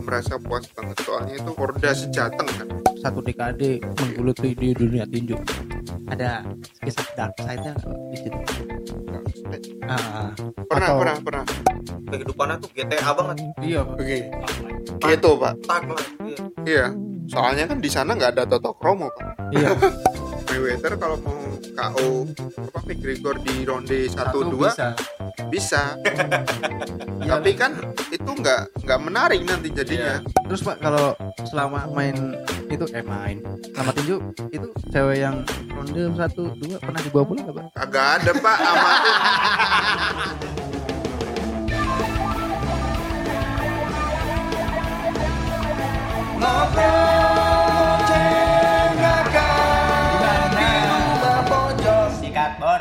merasa puas banget, soalnya itu Horda Sejateng kan. Satu dekade menggeluti di dunia tinju. Ada kisah dark side-nya di situ. Pernah. Kehidupannya tuh GTA banget. Iya. Oke. Gitu Pak. Tak lah. Iya. Iya. Soalnya kan di sana nggak ada Toto Kromo Pak. Iya. Mayweather kalau mau KO McGregor di ronde 1-2 bisa. Tapi kan itu nggak menarik nanti jadinya. Terus Pak, kalau selama selama tinju itu cewek yang ronde 1-2 pernah dibawa pulang nggak Pak? Agak ada Pak, amatin. Sikat bor.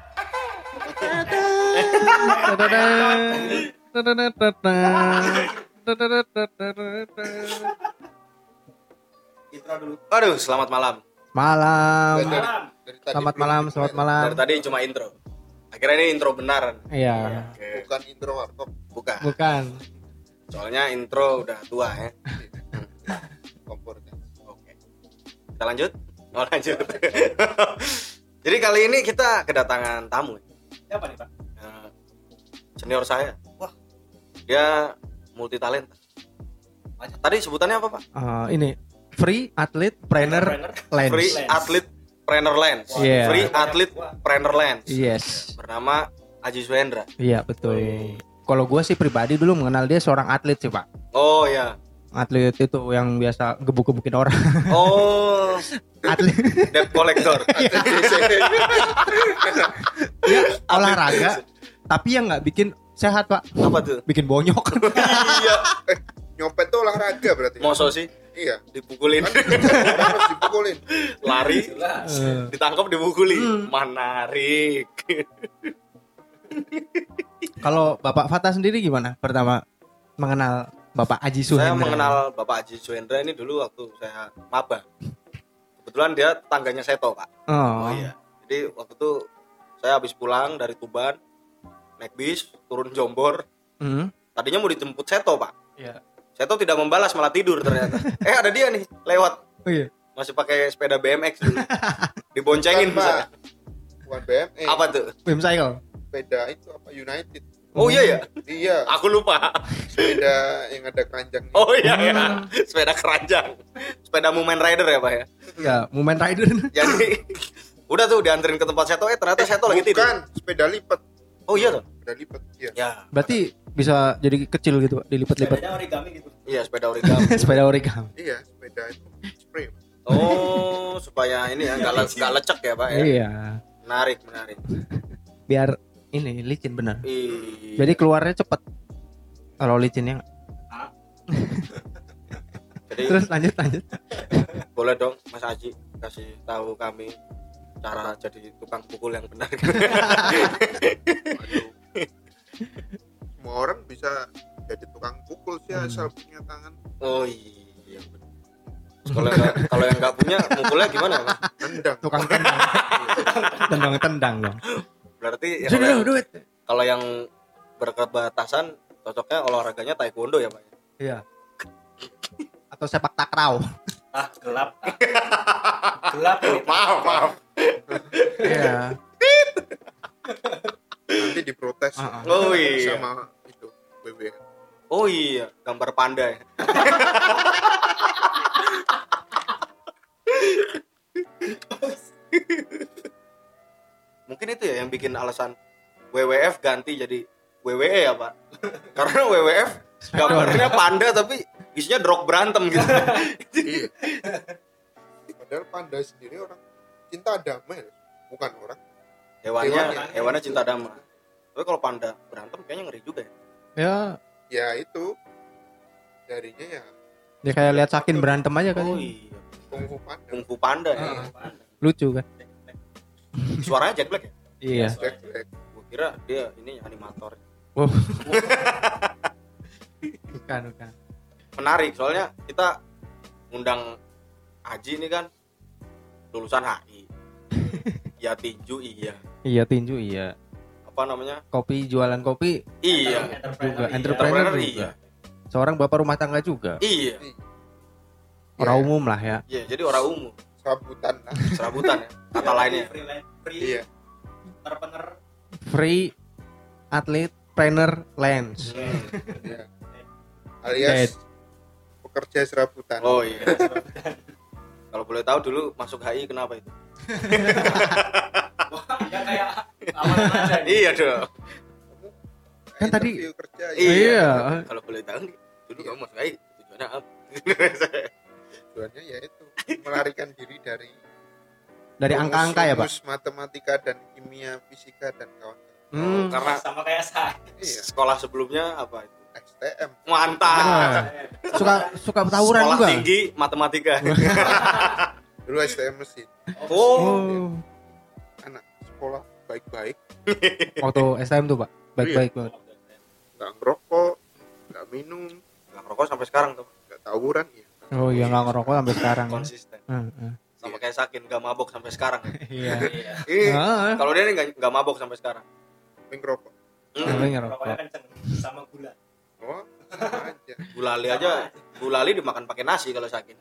Intro dulu. Aduh, selamat malam. Malam. Dari tadi Selamat belum malam, intro selamat ya. malam. Dari tadi cuma intro. Akhirnya ini intro beneran. Iya. Oke. Bukan intro warkop, Bukan. Bukan. Soalnya intro udah tua ya. kompornya. Oke. Kita lanjut? Oh, lanjut. Jadi kali ini kita kedatangan tamu. Siapa nih Pak? Senior saya. Wah. Dia multi talenta. Tadi sebutannya apa, Pak? Ini Free Athlete Trainer Lens. Free Athlete Trainer Lens. Iya. Free Athlete Trainer Lens. Yes. Bernama Aji Suhendra. Iya betul. Kalau gue sih pribadi dulu mengenal dia seorang atlet sih Pak. Oh ya. Atlet itu yang biasa gebuk-gebukin orang. Oh. Atlet. Debt collector. Ya, olahraga tapi yang nggak bikin sehat Pak. Apa tuh? Bikin bonyok. Iya. Nyopet tuh olahraga berarti. Moso sih Iya. dipukulin. Harus dipukulin. Lari, ditangkap dipukuli. Hmm. Menarik. Kalau Bapak Fatah sendiri gimana? Pertama mengenal Bapak Aji Saya Suhendra. mengenal Bapak Aji Suhendra ini dulu waktu saya maba. Kebetulan dia tetangganya Seto, Pak. Oh, iya. Jadi waktu itu saya habis pulang dari Tuban, naik bis, turun Jombor. Hmm. Tadinya mau dijemput Seto, Pak. Iya. Seto tidak membalas, malah tidur ternyata. Ada dia nih, lewat. Oh iya. Masih pakai sepeda BMX dulu. Diboncengin Bukan, bisa. Pak. Bukan BMX. Apa tuh? Bim cycle. Sepeda itu apa United. Oh iya ya? Iya. Aku lupa. Sepeda yang ada keranjangnya. Oh iya ya. Sepeda keranjang. Sepeda Mumen Rider ya, Pak ya. Ya, Movement Rider. Jadi udah tuh dianterin ke tempat Seto, ternyata Seto lagi tidur. Bukan, sepeda lipat. Oh iya tuh. Sepeda lipat. Iya. Ya. Berarti bisa jadi kecil gitu Pak, dilipat-lipat. Sepedanya origami gitu. Iya, sepeda origami. Sepeda origami. Iya, sepeda itu spray. Oh, supaya ini ya enggak lecek ya, Pak ya. Iya. Menarik. Biar ini licin benar. Iya. Jadi keluarnya cepet. Kalau licinnya. Jadi Terus lanjut. boleh dong Mas Aji kasih tahu kami cara jadi tukang pukul yang benar. Semua orang bisa jadi tukang pukul sih asal punya tangan. Oh iya. Terus kalau yang nggak punya mukulnya gimana, Mas? Tendang. Tukang tendang dong. Berarti ya, Sudah duit. kalau yang berketerbatasan cocoknya olahraganya taekwondo ya, Pak. Iya. Atau sepak takraw. Gelap. Gelap ini. Maaf. Iya. Nanti diprotes Oh iya. sama itu BBM. Oh iya, gambar panda ya. Mungkin itu ya yang bikin alasan WWF ganti jadi WWE ya, Pak. Karena WWF gambarnya panda tapi isinya drog berantem gitu. Iya. Padahal panda sendiri orang cinta damai, bukan orang. Hewannya cinta damai. Tapi kalau panda berantem kayaknya ngeri juga ya. Ya, Ya itu darinya ya dia kayak lihat Sakin berantem aja kan. Oh iya, kungfu panda. kungfu panda ya. Lucu kan? Suaranya Jack Black ya? Iya. Jack Black. Gue kira dia ini animator. Wow. Bukan. Menarik soalnya kita ngundang Aji ini kan lulusan HI. Ya tinju iya. Iya tinju iya. Apa namanya? Kopi jualan kopi Iya. juga Entrepreneur, entrepreneur Entrepreneur juga. iya. seorang bapak rumah tangga juga. Iya. Orang umum lah ya. Iya, jadi orang umum. Serabutan lah. Serabutan ya. Kata lainnya. Free Iya. entrepreneur. Free atlet trainer lens. Iya. Alias pekerja serabutan. Oh iya. Kalau boleh tahu dulu masuk HI kenapa itu? Wah, ya kayak amalan aja nih. Iya dong. Kan tadi- Interview kerja Iya. Kalau boleh tahu nih, dulu kamu masuk HI tujuannya apa? tujuannya yaitu melarikan diri dari Angka-angka ya, Pak? rumus matematika dan kimia, fisika dan kawan-kawan. Hmm. Karena Sama kayak saya. Iya, sekolah sebelumnya apa itu? STM. Mantap. Nah, suka tawuran Sekolah juga. tinggi matematika. Dulu STM mesin. Oh. Oh. Anak sekolah baik-baik, Waktu STM tuh, Pak. Baik-baik banget. nggak ngerokok, nggak minum, Nggak ngerokok sampai sekarang tuh. nggak tawuran ya. Oh iya, nggak ngerokok sampai sekarang. Ya. Konsisten. Sama Iya. kayak Sakin nggak mabok sampai sekarang. Iya. Iya. Ini Ah, Kalau dia nih nggak mabok sampai sekarang. ngerokok. tapi Rokoknya ngerokok. kenceng sama gula. Oh, sama aja. Gulali dimakan pakai nasi kalau Sakin.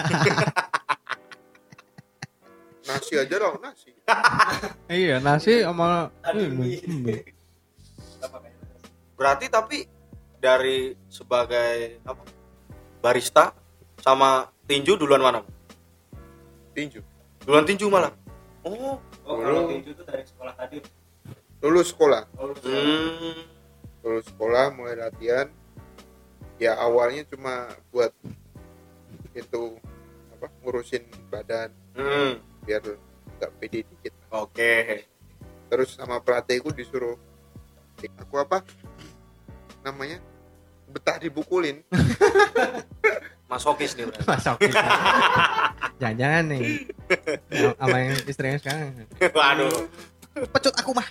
Nasi aja loh, nasi. Iya, nasi sama Aduh. Sama kayak Berarti tapi dari sebagai apa? Barista sama tinju duluan mana? Tinju. Duluan tinju malah. Oh. Oh, kalau tinju itu dari sekolah tadi. Lulus sekolah. Oh, Lulus sekolah mulai latihan. Ya awalnya cuma buat itu apa? Ngurusin badan biar nggak pede dikit. Oke. Terus sama pelatihku disuruh aku apa? Namanya? Betah dibukulin. Masokis nih berarti. masuk. Jangan-jangan nih. Sama yang istrinya sekarang. Waduh. Pecut aku mah.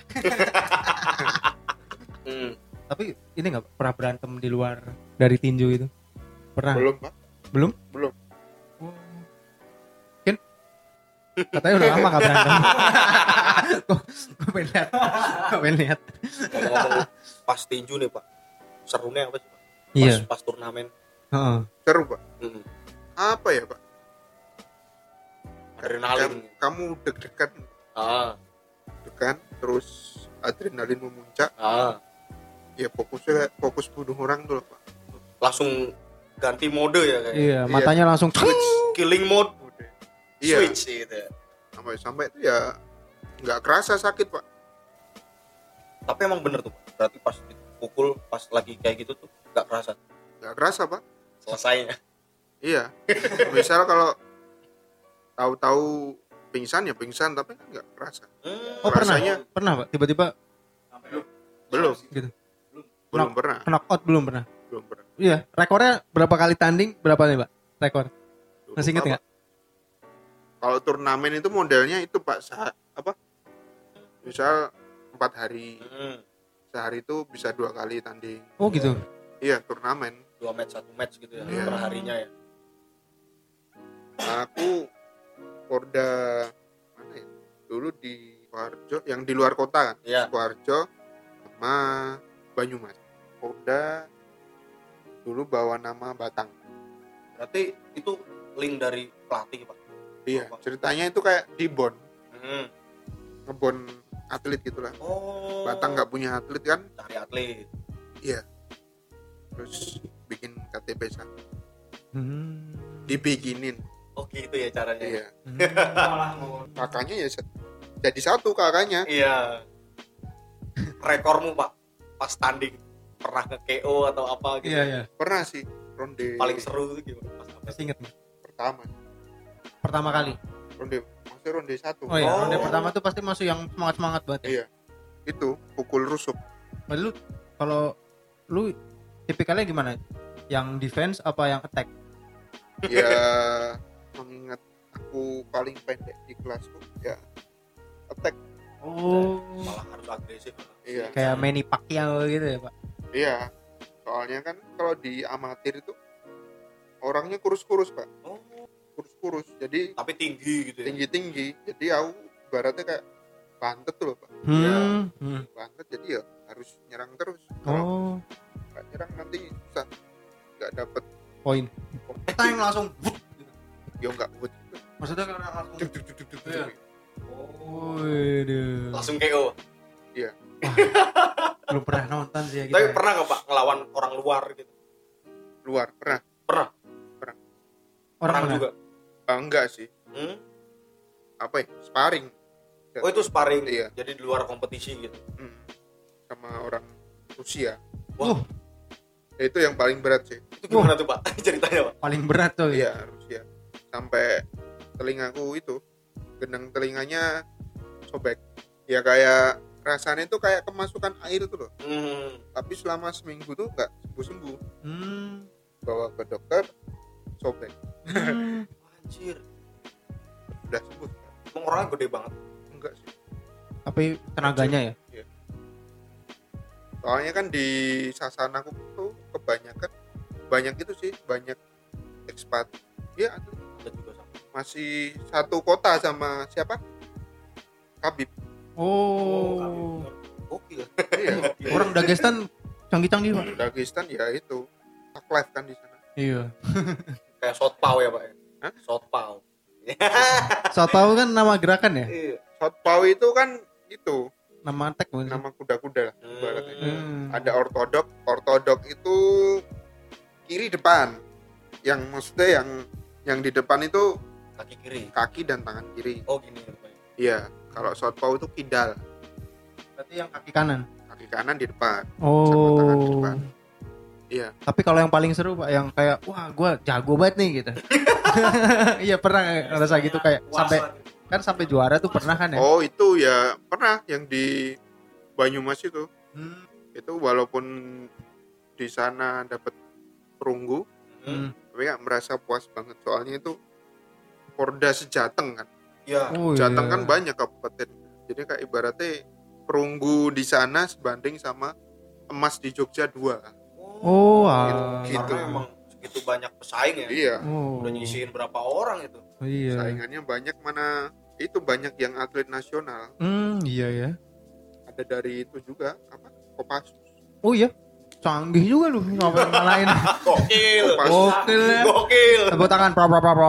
Hmm. Tapi ini nggak pernah berantem di luar dari tinju itu? Pernah? Belum, Pak. Belum? Belum. Mungkin katanya udah lama nggak berantem. Gue pengen lihat. Ngomong-ngomong pas tinju nih Pak. Serunya apa sih Pak? Iya. Pas turnamen. Heeh. Seru, Pak. Hmm. Apa ya, Pak? Adrenalin. Kamu deg-degan Ah. kan, terus adrenalin memuncak. Ya fokus bunuh orang tuh, Pak. Langsung ganti mode ya kayak. Iya, matanya langsung Killing mode. Iya. Switch gitu ya. Sampai itu ya nggak kerasa sakit, Pak. Tapi emang bener tuh Pak. Berarti pas dipukul pas lagi kayak gitu tuh nggak kerasa Nggak kerasa, Pak. selesainya. Iya. Misal kalau tahu-tahu pingsan ya pingsan, tapi kan nggak kerasa. Oh, pernah? Rasanya Pernah, Pak? Tiba-tiba belum. gitu. Belum pernah. Knockout belum pernah. Belum pernah. Iya, rekornya berapa kali tanding? Berapa nih, Pak? Rekor. Masih inget Lupa, nggak? Pak. Kalau turnamen itu modelnya itu, Pak, misal 4 hari. Sehari itu bisa 2 kali tanding. Oh, gitu. Iya, turnamen. 2 match 1 match gitu ya Iya. per harinya ya. Nah, aku Porda mana ya? Dulu di Sukoharjo, yang di luar kota kan. Iya. Sukoharjo sama Banyumas. Porda dulu bawa nama Batang. Berarti itu link dari pelatih Pak. Iya, Oh, Pak. ceritanya itu kayak di Bon, Hmm. ngebon atlet gitulah. Oh. Batang nggak punya atlet kan, cari atlet. terus bikin KTP satu, Hmm. dibikinin. Oh gitu ya caranya. Iya, malah mau kakaknya ya jadi satu kakaknya. Iya. Rekormu Pak pas tanding pernah nge-KO atau apa gitu. Iya, iya. Pernah sih ronde Paling seru itu gimana pas sampai Masih inget nih. pertama, Pertama kali. maksudnya ronde 1. Oh iya, Oh. ronde pertama tuh pasti masuk yang semangat-semangat banget ya. Iya, itu pukul rusuk. Nah, lu kalau lu tipikalnya gimana? Yang defense apa yang attack? Ya mengingat aku paling pendek di kelasku, ya attack. Oh. malah harus agresif. Iya. Kayak Manny Pacquiao gitu ya, Pak. Iya, soalnya kan kalau di amatir itu orangnya kurus-kurus, Pak. Oh, Kurus-kurus, jadi tapi tinggi gitu ya. tinggi-tinggi. Jadi aku ibaratnya kayak bantet tuh loh, Pak. Hmm. Bantet, jadi ya harus nyerang terus. Kalau Oh. nggak nyerang nanti susah. nggak dapet Poin. Tang langsung. ya nggak buat Maksudnya karena langsung. Iya. Oh, Waduh. langsung KO. iya Belum pernah nonton sih ya kita. Tapi pernah nggak Pak ngelawan orang luar gitu? luar pernah Pernah. Orang Perang mana? juga. enggak sih Hmm? apa ya sparring Oh itu sparring. Iya. Jadi di luar kompetisi gitu. sama orang Rusia. Wah, Itu yang paling berat sih. Itu gimana tuh Pak? Ceritanya Pak. paling berat tuh. Iya Rusia sampai telingaku itu gendang telinganya sobek ya, kayak rasanya itu kayak kemasukan air tuh loh, tapi selama seminggu tuh nggak sembuh Hmm. bawa ke dokter sobek Anjir. udah sembuh Emang orangnya gede banget. enggak sih Tapi tenaganya ya. soalnya kan di Sasanaku tuh kebanyakan banyak itu sih, banyak ekspat ya, Ada juga sama. masih satu kota sama siapa Khabib. Oh. Gokil. Iya. Orang Dagestan canggih-canggih, Pak. Dagestan ya itu Tag Life kan di sana. Iya. Kayak Southpaw ya Pak ya? Hah? Southpaw. Saya tahu kan nama gerakan ya? Iya. Southpaw itu kan itu Nama tag bukan sih? nama kuda-kuda lah ibaratnya. Ada ortodok itu kiri depan, yang maksudnya yang di depan itu Kaki kiri. kaki dan tangan kiri. Oh gini ya Pak. Iya, kalau southpaw itu kidal, Berarti yang kaki kanan. kaki kanan di depan, sama tangan di Oh. depan. Iya, Tapi kalau yang paling seru, Pak, yang kayak wah, gua jago banget nih gitu. Iya, pernah ngerasa gitu kayak sampai juara tuh pernah kan ya? oh itu ya pernah yang di Banyumas itu. Itu walaupun di sana dapat perunggu, tapi nggak merasa puas banget soalnya itu Porda Sejateng kan. Iya. Oh, Jateng iya. kan banyak kabupaten. Jadi kayak ibaratnya perunggu di sana sebanding sama emas di Jogja 2. Oh, Gitu. Karena emang segitu banyak pesaing ya. Iya, Oh. Udah nyisihin berapa orang itu. Iya. saingannya banyak, mana itu banyak yang atlet nasional. Iya ya. Ada dari itu juga apa? Kopassus. Oh iya. Canggih juga lu ngapain ngalahin. Gokil. Gokil ya. Gokil. Tepuk tangan pro.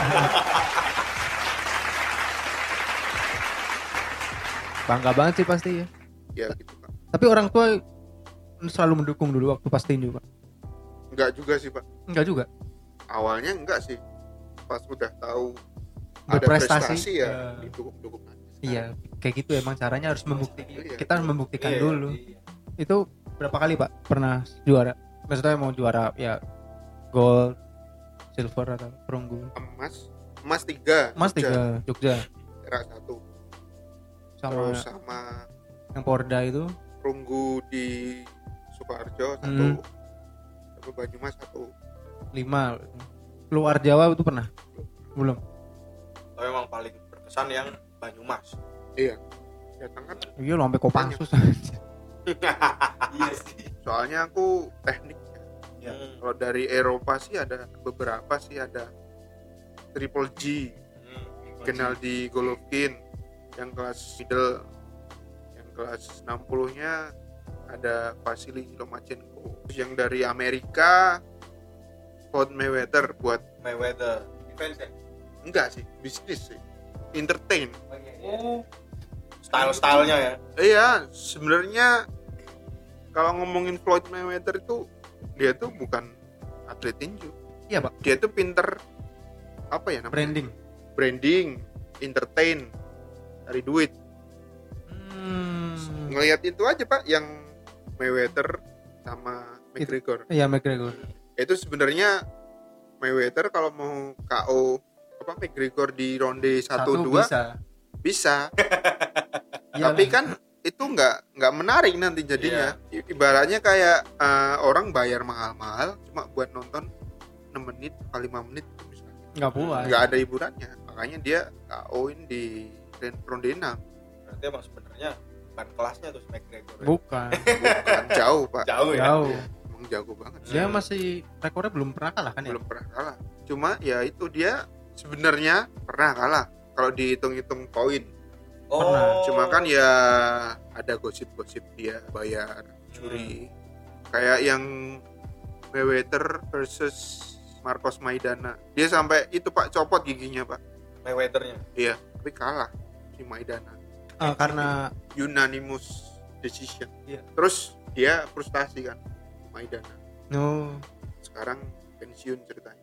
Bangga banget sih pasti ya. Ya gitu Pak. Tapi orang tua selalu mendukung dulu waktu pas tinju, Pak. Enggak juga sih Pak. Enggak juga. Awalnya enggak sih. Pas udah tahu ada Berprestasi, prestasi ya ya. didukung-dukung aja. Iya, kayak gitu emang caranya harus membuktikan. Iya. Kita harus membuktikan Iya, dulu. iya. Itu berapa kali, Pak, pernah juara? Maksudnya mau juara ya gold, silver atau perunggu? Emas 3. Emas 3 Jogja. Perak 1. Sama Terus sama yang Porda itu perunggu di Sukoharjo 1. Sama Banyumas 1. 5. Keluar Jawa itu pernah? Belum. Tapi emang paling berkesan yang Banyumas. Iya. Datang kan Iya, lo sampai Kopassus. Iya sih. soalnya aku teknik. Ya. Kalau dari Eropa sih ada beberapa sih, ada Triple G, Gennady Golovkin yang kelas middle, yang kelas 60-nya ada Vasily Lomachenko. Terus yang dari Amerika Floyd Mayweather buat Mayweather. Defense ya? enggak sih, bisnis sih. Entertain. Oh. Style-stylenya ya. Iya, sebenarnya kalau ngomongin Floyd Mayweather itu dia tuh bukan atlet tinju. Iya, Pak. Dia tuh pinter apa ya namanya? Branding, entertain, cari duit. Ngelihat itu aja Pak, yang Mayweather sama McGregor. Iya, McGregor. Itu sebenarnya Mayweather kalau mau KO apa McGregor di ronde 1-2 bisa. Tapi kan itu nggak menarik nanti jadinya. Ibaratnya kayak orang bayar mahal-mahal cuma buat nonton 6 menit atau 5 menit misalnya. Nggak puas. Nggak ada hiburannya. Makanya dia KO-in di ronde 6. Berarti emang sebenarnya bukan kelasnya tuh McGregor. Bukan. Bukan jauh Pak. Jauh ya. Jauh. Emang jago banget. Dia masih rekornya belum pernah kalah kan ya? Belum pernah kalah. Cuma ya itu dia sebenarnya pernah kalah kalau dihitung-hitung poin. Oh. Pernah. Cuma kan ya ada gosip-gosip dia bayar juri. Kayak yang Mayweather versus Marcos Maidana. Dia sampai itu Pak copot giginya Pak. Mayweather-nya. Iya, tapi kalah si Maidana. Karena Unanimous decision. Iya. Terus dia frustasi kan Maidana. no. Sekarang pensiun ceritanya.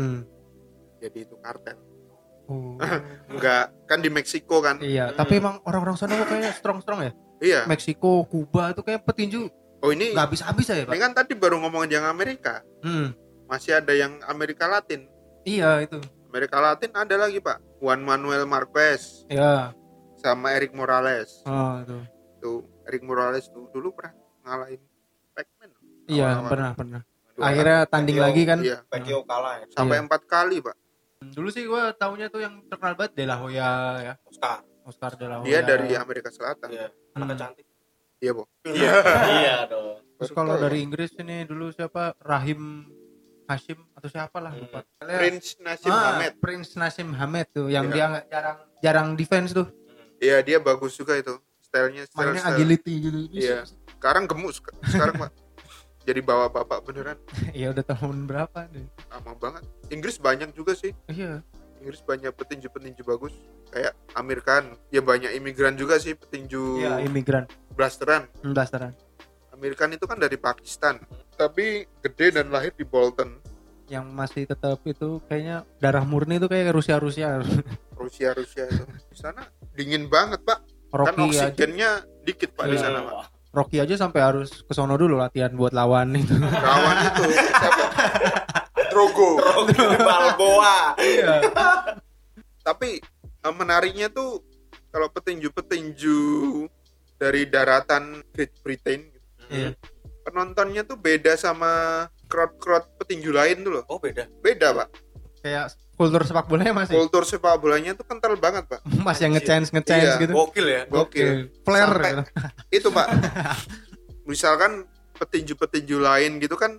Jadi itu kartel. Oh. Enggak, kan di Meksiko kan. Iya, tapi emang orang-orang sana kok kayaknya strong ya. Iya. Meksiko, Kuba itu kayak petinju Oh ini nggak habis-habis ya, Pak. ini kan tadi baru ngomongin yang Amerika. Masih ada yang Amerika Latin. Iya itu. Amerika Latin ada lagi Pak. Juan Manuel Marquez Iya. sama Erik Morales. Oh itu. Tuh, Erik Morales tuh dulu pernah ngalahin Pacman. Iya, Awal-awal. pernah. Akhirnya tanding lagi kan. Iya, Pacquiao kalah ya. sampai Iya. 4 kali Pak. Dulu sih gua taunya tuh yang terkenal banget De La Hoya ya. Oscar De La Hoya. Dia dari Amerika Selatan. Iya. Anaknya cantik. Iya, Bu. Iya dong. Terus kalau dari Inggris ini dulu siapa? Rahim Hashim atau siapa lah lupa. Prince Nasim Hamed. Prince Nasim Hamed tuh yang Iya. dia nggak jarang defense tuh. Iya, dia bagus juga itu. Stylenya Mainnya style. agility gitu. Iya. Sekarang gemuk sekarang Pak. Jadi bawa bapak beneran. Iya udah tahun berapa deh. Lama banget. Inggris banyak juga sih. Iya. Inggris banyak petinju-petinju bagus. Kayak Amir Khan. Ya banyak imigran juga sih petinju Iya, imigran. blasteran. Blasteran. Amir Khan itu kan dari Pakistan. Tapi gede dan lahir di Bolton. Yang masih tetap itu kayaknya darah murni itu kayak Rusia. Rusia itu. Di sana dingin banget, Pak. Kan Rocky aja, oksigennya dikit Pak di Iya. sana, Pak. Rocky aja sampai harus ke sono dulu latihan buat lawan itu. Lawan itu siapa? Drogo. Balboa. Iya. Tapi menariknya tuh kalau petinju-petinju dari daratan Great Britain gitu, Iya. penontonnya tuh beda sama crowd petinju lain tuh loh. Oh beda. Beda Pak. Kayak kultur sepak bolanya masih Kultur sepak bolanya tuh kental banget Pak. masih yang ngechance Iya. gitu. Gokil ya. Gokil. Flare Sampai- gitu. Itu Pak. Misalkan petinju-petinju lain gitu kan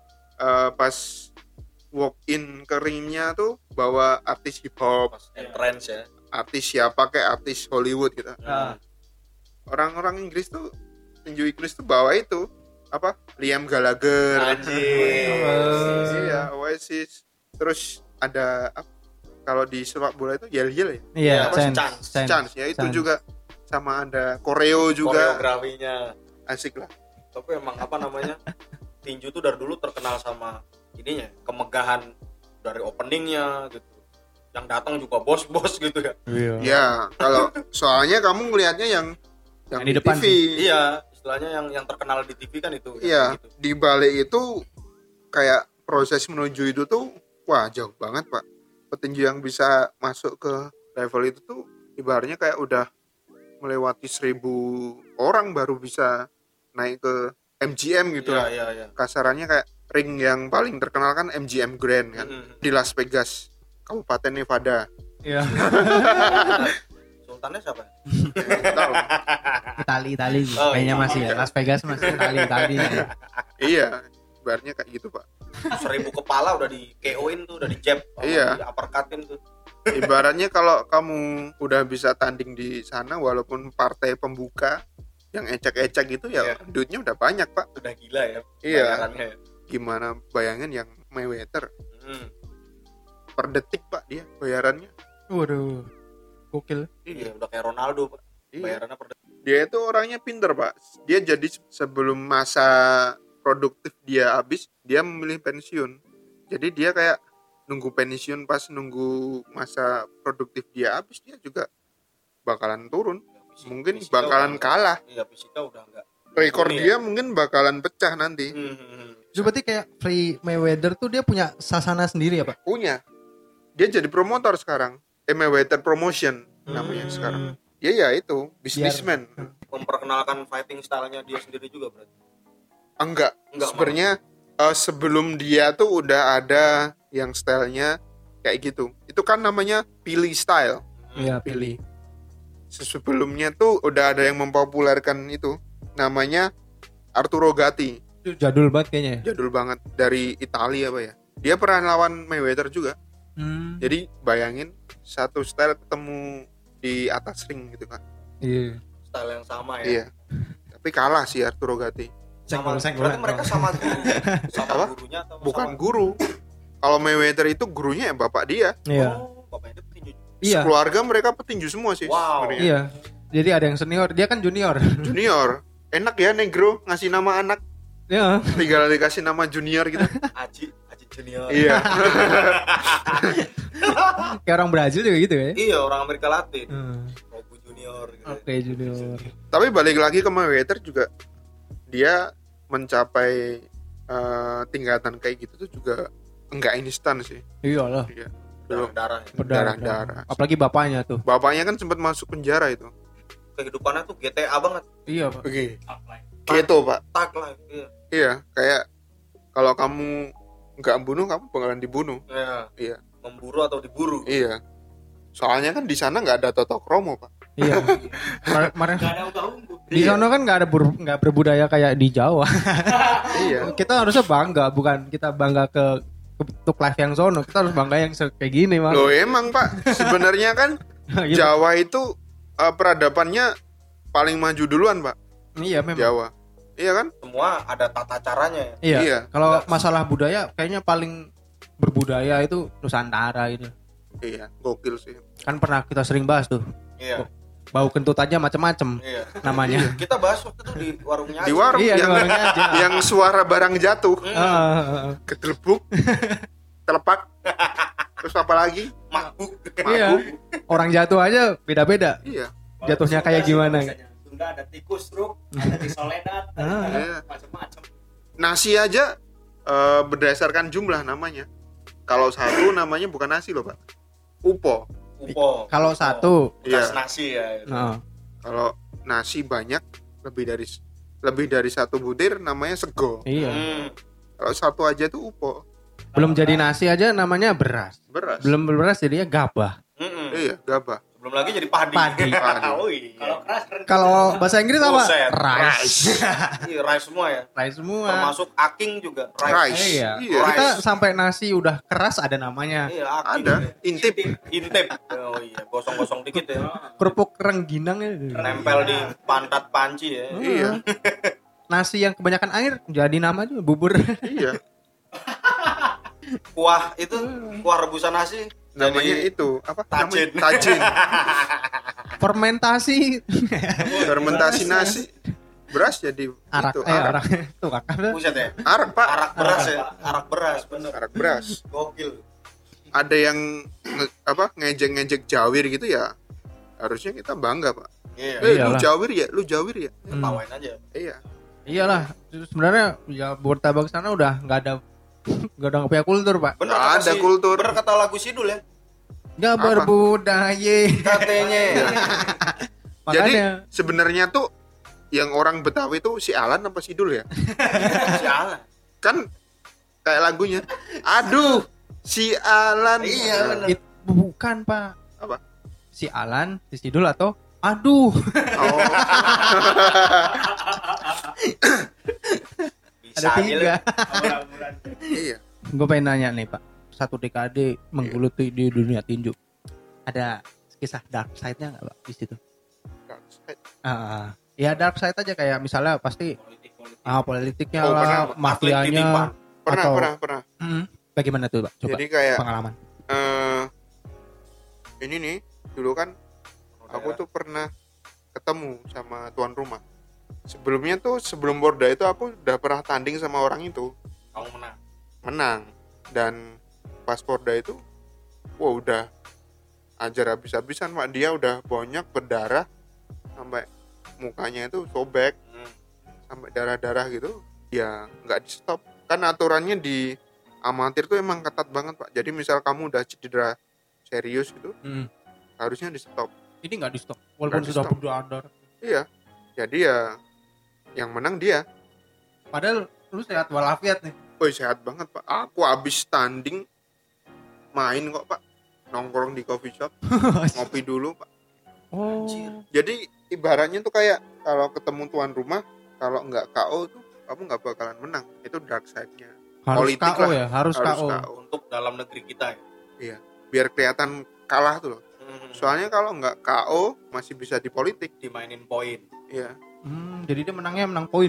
pas walk in ke ringnya tuh bawa artis hip hop, Pas entrance ya. artis siapa kayak artis Hollywood gitu. Ah. Orang-orang Inggris tuh tinju Inggris tuh bawa itu apa Liam Gallagher, iya Oasis, terus ada kalau di sepak bola itu yel ya, Iya, Apa sih? Chance ya itu Chance. juga sama ada koreo juga Koreografinya. asik lah. Tapi emang apa namanya? Tinju tuh dari dulu terkenal sama ininya, kemegahan dari openingnya gitu. Yang datang juga bos-bos gitu ya. Iya. Ya kalau soalnya kamu ngelihatnya yang Yang di depan TV, Iya, istilahnya yang terkenal di TV kan itu. iya Gitu. di balik itu kayak proses menuju itu tuh wah jauh banget Pak. Petinju yang bisa masuk ke level itu tuh ibaratnya kayak udah melewati 1.000 orang baru bisa naik ke MGM gitu lah. Iya. Kasarannya kayak ring yang paling terkenal kan MGM Grand kan di Las Vegas, Kabupaten Nevada. Iya. Sultannya siapa? Nggak tahu. Itali Oh, kayaknya iya. masih ya. Las Vegas masih Itali. Iya, ibaratnya kayak gitu Pak. 1.000 kepala udah di KO-in tuh, udah di jab, Iya. di uppercut-in tuh. Ibaratnya kalau kamu udah bisa tanding di sana walaupun partai pembuka yang ecek-ecek gitu ya Iya. duitnya udah banyak Pak. Udah gila ya. Iya. bayarannya ya. Gimana bayangin yang Mayweather Hmm. per detik Pak dia bayarannya. Waduh. Gokil. Iya, udah kayak Ronaldo, Pak. Iya. Bayarannya per detik. Dia itu orangnya pinter Pak. Dia jadi sebelum masa produktif dia habis dia memilih pensiun. Jadi dia kayak nunggu pensiun pas nunggu masa produktif dia habis dia juga bakalan turun. Mungkin Fisika bakalan udah- kalah. Iya, fisika udah enggak. Rekor Ini dia mungkin bakalan pecah nanti. Itu berarti kayak Free Mayweather tuh dia punya sasana sendiri ya, Pak? Punya. Dia jadi promotor sekarang. Mayweather Promotion namanya sekarang. Dia ya itu businessman. Memperkenalkan fighting style-nya dia sendiri juga berarti. Enggak. Enggak, Sebenarnya sebelum dia tuh udah ada yang stylenya kayak gitu. Itu kan namanya Philly style. Iya, pilih. Sebelumnya tuh udah ada yang mempopulerkan itu. Namanya Arturo Gatti. Itu jadul banget kayaknya ya. Jadul banget dari Italia apa ya. Dia pernah lawan Mayweather juga. Jadi bayangin satu style ketemu di atas ring gitu kan. Iya. Style yang sama ya. Iya. Tapi kalah sih Arturo Gatti. Berarti mereka sama guru. Sama gurunya atau Bukan sama? guru. Kalau Mayweather itu gurunya ya bapak dia. Iya. Oh, bapaknya itu petinju. Iya. Keluarga mereka petinju semua sih. Wow. sebenarnya. Iya. Jadi ada yang senior, dia kan junior. Junior. Enak ya negro ngasih nama anak. Iya. Tinggal dikasih nama junior gitu. Aji Junior. Iya. Kayak orang Brazil juga gitu ya. Iya, orang Amerika Latin. Hmm. Robu Junior gitu. Oke, junior. Tapi balik lagi ke Mayweather juga, dia mencapai tingkatan kayak gitu tuh juga enggak instan sih. Iyalah. Iya. Belum. Darah. Berdarah-darah. Apalagi bapaknya tuh. Bapaknya kan sempat masuk penjara itu. Kehidupannya tuh GTA banget. Iya, Pak. Oke. Apply. Gitu, Pak. Tak lah. Iya. Iya, kayak kalau kamu nggak bunuh, kamu bakalan dibunuh. Iya. Iya. Memburu atau diburu. Iya. Soalnya kan di sana nggak ada Toto Kromo, Pak. Iya. Kemarin Gak ada unggah-ungguh. di sana kan nggak ada nggak berbudaya kayak di Jawa. Iya. Kita harusnya bangga, bukan kita bangga ke untuk live yang sono. Kita harus bangga yang kayak gini, Mas. Loh emang, Pak. Sebenarnya kan Gitu. Jawa itu peradabannya paling maju duluan, Pak. Iya, memang. Jawa. Iya kan? Semua ada tata caranya ya. Iya. Iya. Kalau masalah budaya kayaknya paling berbudaya itu Nusantara itu. Iya, gokil sih. Kan pernah kita sering bahas tuh. Iya. Bau kentut aja macem-macem Iya. namanya. Kita bahas waktu itu di warungnya Di Aji. warung Iya, di yang warungnya aja. yang suara barang jatuh, ketelebuk, telepak. Terus apa lagi? Mabuk. Iya. Orang jatuh aja beda-beda. Iya. Jatuhnya kayak gimana? Sunda ada tikus, truk, ada di Soledad, Iya. ada macam-macam. Nasi aja berdasarkan jumlah namanya. Kalau satu namanya bukan nasi loh, Pak. Upo. Upo. Kalau satu, Bekas Iya. nasi ya. nah, Kalau nasi banyak lebih dari satu butir namanya sego. iya. Kalau satu aja tuh upo. Belum jadi nasi aja namanya beras. Beras. Belum beras jadinya gabah. Iya, gabah. Belum lagi jadi padi. Padi. Oh iya. Kalau keras keren. Kalau bahasa Inggris apa? Buset. Rice. Iya, rice semua ya. Rice semua. Termasuk aking juga Rice. Iya. Iya. Kita Rice. sampai nasi udah keras ada namanya. Iya, aking. Ada intip. Intip. Oh iya, gosong-gosong dikit ya. Kerupuk rengginang ya. Nempel di pantat panci ya. Iya. Nasi yang kebanyakan air jadi nama juga bubur. Iya. Kuah itu, kuah rebusan nasi. Namanya Jadi itu apa? tajin. Namanya tajin. Fermentasi Fermentasi nasi. Beras jadi arak. itu. Arak. Tuh kakak. buset ya. Arak, Pak. Arak beras ya. Arak beras, bener. Arak beras. Gokil. Ada yang ngejek-ngejek jawir gitu ya. Harusnya kita bangga, Pak. Iya. Lu Iyalah. jawir ya, lu jawir ya. Tawain aja. Iya. Iyalah, sebenarnya ya Bortabak sana udah nggak punya kultur, Pak. Bener Nggak kata ada kultur. Bener kata lagu Sidul ya. Nggak Apa? berbudaya. Katanya. Jadi Makanya sebenarnya tuh yang orang Betawi itu si Alan apa si Dul ya? Sialan. Kan kayak lagunya. Aduh, si Alan. Iya, bener. bukan, Pak. Apa? Si Alan, si Sidul atau aduh. Oh, Bisa Ada aja lu. 3. Bulan-bulan. iya. Gue pengen nanya nih, Pak. 1 dekade menggeluti di dunia tinju. Ada kisah dark side-nya nggak, Pak, di situ? Ya dark side aja kayak misalnya pasti Politik-politik. politiknya Oh, lah, pernah. Atlet mafianya. titipan. Pernah, Atau- pernah. Bagaimana tuh, Pak? Coba Jadi kayak pengalaman. ini nih, dulu kan aku tuh pernah ketemu sama tuan rumah. Sebelumnya tuh sebelum Borda itu aku udah pernah tanding sama orang itu, Kamu menang. menang. Dan pas Borda itu wah udah ajar habis-habisan, Pak. Dia udah banyak berdarah sampai mukanya itu sobek, sampai darah-darah gitu. Ya nggak di stop. Kan aturannya di amatir tuh emang ketat banget, Pak. Jadi misal kamu udah cedera serius gitu, harusnya di stop. Ini nggak di stop walaupun Nggak sudah di-stop. berdarah. Iya. Jadi ya yang menang dia. Padahal lu sehat walafiat nih. Oh sehat banget, Pak. Aku habis tanding main kok, Pak. Nongkrong di coffee shop, ngopi dulu, Pak. Oh. Jadi ibaratnya tuh kayak kalau ketemu tuan rumah, kalau nggak KO tuh kamu nggak bakalan menang. Itu dark side-nya. Harus Politik KO lah. ya, harus KO. Untuk dalam negeri kita ya. Biar kelihatan kalah tuh loh. Soalnya kalau nggak KO masih bisa di politik. Dimainin poin. Iya. Jadi dia menangnya menang poin ya.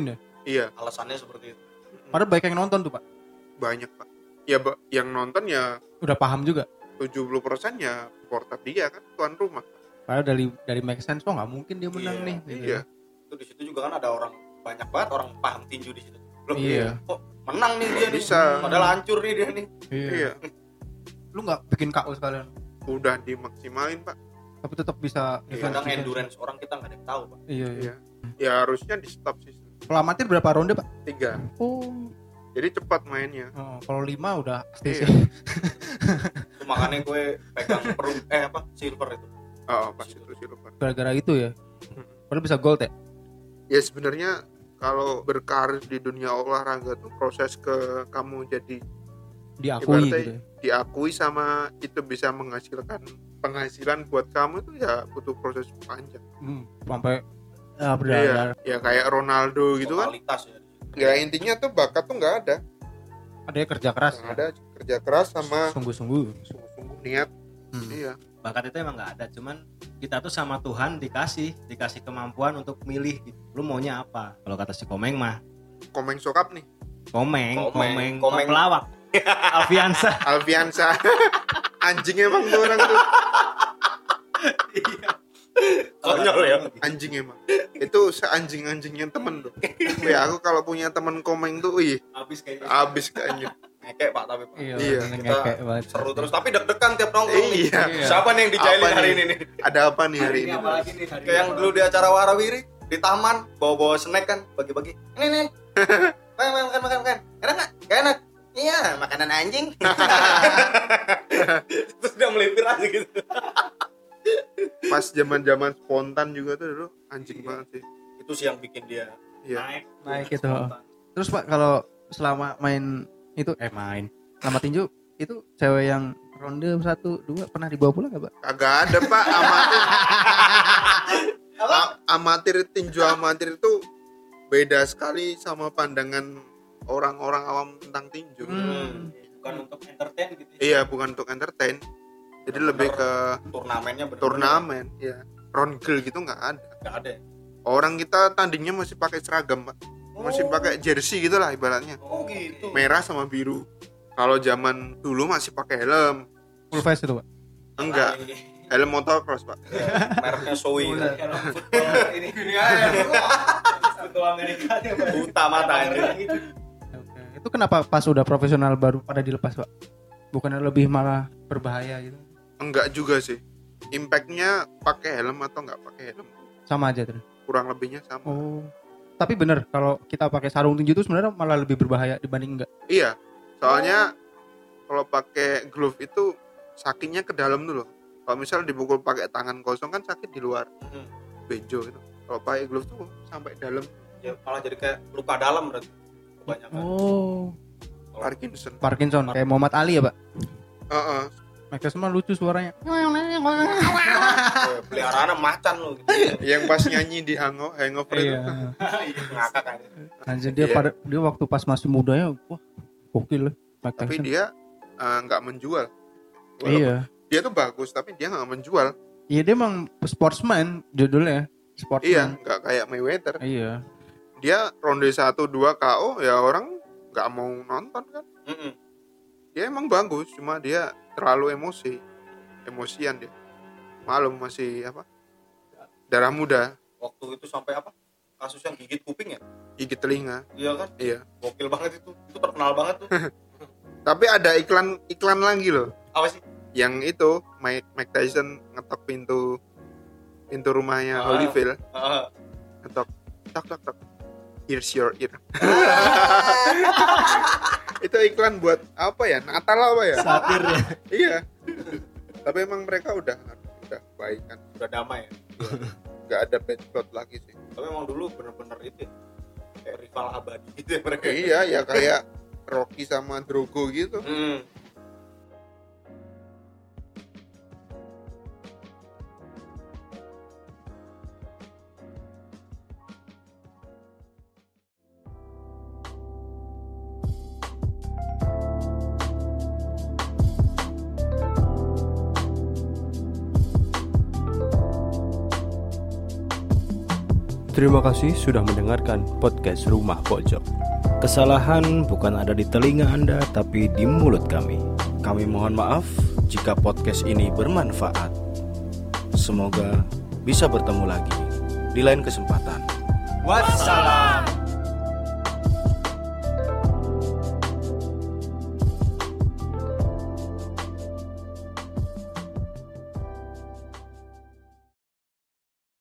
Iya. Alasannya seperti itu. Padahal banyak yang nonton tuh Pak. Banyak Pak. Ya yang nonton ya Udah paham juga. 70% ya supporter dia kan tuan rumah. Padahal dari make sense nggak mungkin dia menang nih. Iya. Itu di situ juga kan ada orang banyak banget orang paham tinju di situ. Loh, Iya. kok menang nih dia Bisa. nih. Padahal hancur nih dia nih. Iya. Lu nggak bikin KO sekalian. Udah dimaksimalin Pak. Tapi tetap bisa. Kadang endurance orang kita nggak ada yang tahu, Pak. Iya. Iya. Ya harusnya di stop sih. Kalau amatir berapa ronde Pak? 3. Oh. Jadi cepat mainnya. Kalau 5 udah pasti Iya. sih. Itu makanya gue pegang silver itu. Oh, pas itu silver. Gara-gara itu ya. Padahal bisa gold ya. Ya sebenarnya kalau berkarir di dunia olahraga tuh proses ke kamu jadi Diakui ibaratnya gitu. diakui sama itu bisa menghasilkan penghasilan buat kamu tuh ya butuh proses panjang. Sampai Iya, berdarah. ya kayak Ronaldo gitu kan. Totalitas ya. Ya intinya tuh bakat tuh nggak ada. Ada yang kerja keras. Nggak ada kerja keras sama Sungguh-sungguh. sungguh-sungguh niat. Iya. Bakat itu emang nggak ada, cuman kita tuh sama Tuhan dikasih kemampuan untuk milih gitu. Lu maunya apa? Kalau kata si Komeng mah Komeng sokap nih. Komeng Komeng. pelawak. Alfiansa. Alfiansa. Anjing emang tuh orang tuh. Konyol ya. Anjing emang. Itu seanjing-anjingnya temen tuh. Ya aku kalau punya temen Komeng tuh habis kayaknya. Ngekek Pak tapi Pak. Iya, ngekek banget. Seru terus tapi deg-degan tiap nongkrong nih. Iya. Siapa nih yang dijailin Apa hari nih? ini nih? Ada apa nih hari ini? Apalagi nih hari Kayak yang dulu di acara Warawiri di taman bawa-bawa snack kan bagi-bagi. Ini nih. Makan. Enak enggak? Gak enak. Iya, makanan anjing. Terus dia melipir aja gitu. Pas zaman-zaman spontan juga tuh dulu anjing banget sih. Itu sih yang bikin dia Iya. Naik gitu. Terus Pak kalau selama main itu selama tinju itu cewek yang ronde 1, 2 pernah dibawa pulang enggak Pak? Kagak ada Pak amatir. Amatir tinju amatir itu beda sekali sama pandangan orang-orang awam tentang tinju. bukan untuk entertain gitu. Iya, bukan untuk entertain. Jadi lebih ke turnamennya bener-bener turnamen, ya. Rongkel gitu nggak ada. nggak ada. Orang kita tandingnya masih pakai seragam, Pak. Masih pakai jersey gitu lah ibaratnya. Oh gitu. Merah sama biru. Kalau zaman dulu masih pakai helm. Full face itu Pak? Enggak. Helm motocross, Pak. Mereknya Zoe. Kalau football ini football Amerika dia Buta mata ini. Oke. Itu kenapa pas udah profesional baru pada dilepas Pak? Bukannya lebih malah berbahaya gitu? Enggak juga sih. Impactnya pakai helm atau enggak pakai helm Sama aja terus. kurang lebihnya sama. Oh. Tapi bener kalau kita pakai sarung tinju itu sebenarnya malah lebih berbahaya dibanding enggak. Iya. Soalnya kalau pakai glove itu sakitnya ke dalam dulu. Kalau misal dipukul pakai tangan kosong kan sakit di luar. Bejo gitu. Kalau pakai glove tuh sampai dalam. Ya malah jadi kayak luka dalam berarti. Kebanyakan. Oh. Parkinson. Kayak Muhammad Ali ya Pak? Heeh. Mike Tyson mah lucu suaranya. Peliharaannya macan lo gitu. Yang pas nyanyi di hangover itu. Ngakak kan. Anjir dia Iya. dia waktu pas masih mudanya wah gokil lah Mike Tapi Tyson. dia nggak menjual. Iya. Dia tuh bagus tapi dia nggak menjual. Iya dia emang sportsman judulnya. Iya, Sportsman. nggak kayak Mayweather. Iya. Dia ronde 1-2 KO ya orang nggak mau nonton kan. Dia emang bagus, cuma dia terlalu emosian dia. Malum masih apa? Darah muda, Waktu itu sampai apa? Kasus yang gigit kuping ya? gigit telinga. Iya kan? Iya. Gokil banget itu. Itu terkenal banget tuh. Tapi ada iklan lagi loh. Apa sih? Yang itu Mike Tyson ngetok pintu rumahnya Holyfield. Ngetok tok. Here's your ear. Itu iklan buat apa ya? Natal apa ya? Satir ya. Iya. Tapi emang mereka udah baik kan. Udah damai ya. Nggak ada bad blood lagi sih. Tapi emang dulu bener-bener itu kayak rival abadi gitu ya mereka. Iya, ya kayak Rocky sama Drogo gitu. Terima kasih sudah mendengarkan podcast Rumah Pojok. Kesalahan bukan ada di telinga Anda, tapi di mulut kami. Kami mohon maaf jika podcast ini bermanfaat. Semoga bisa bertemu lagi di lain kesempatan. Wassalam.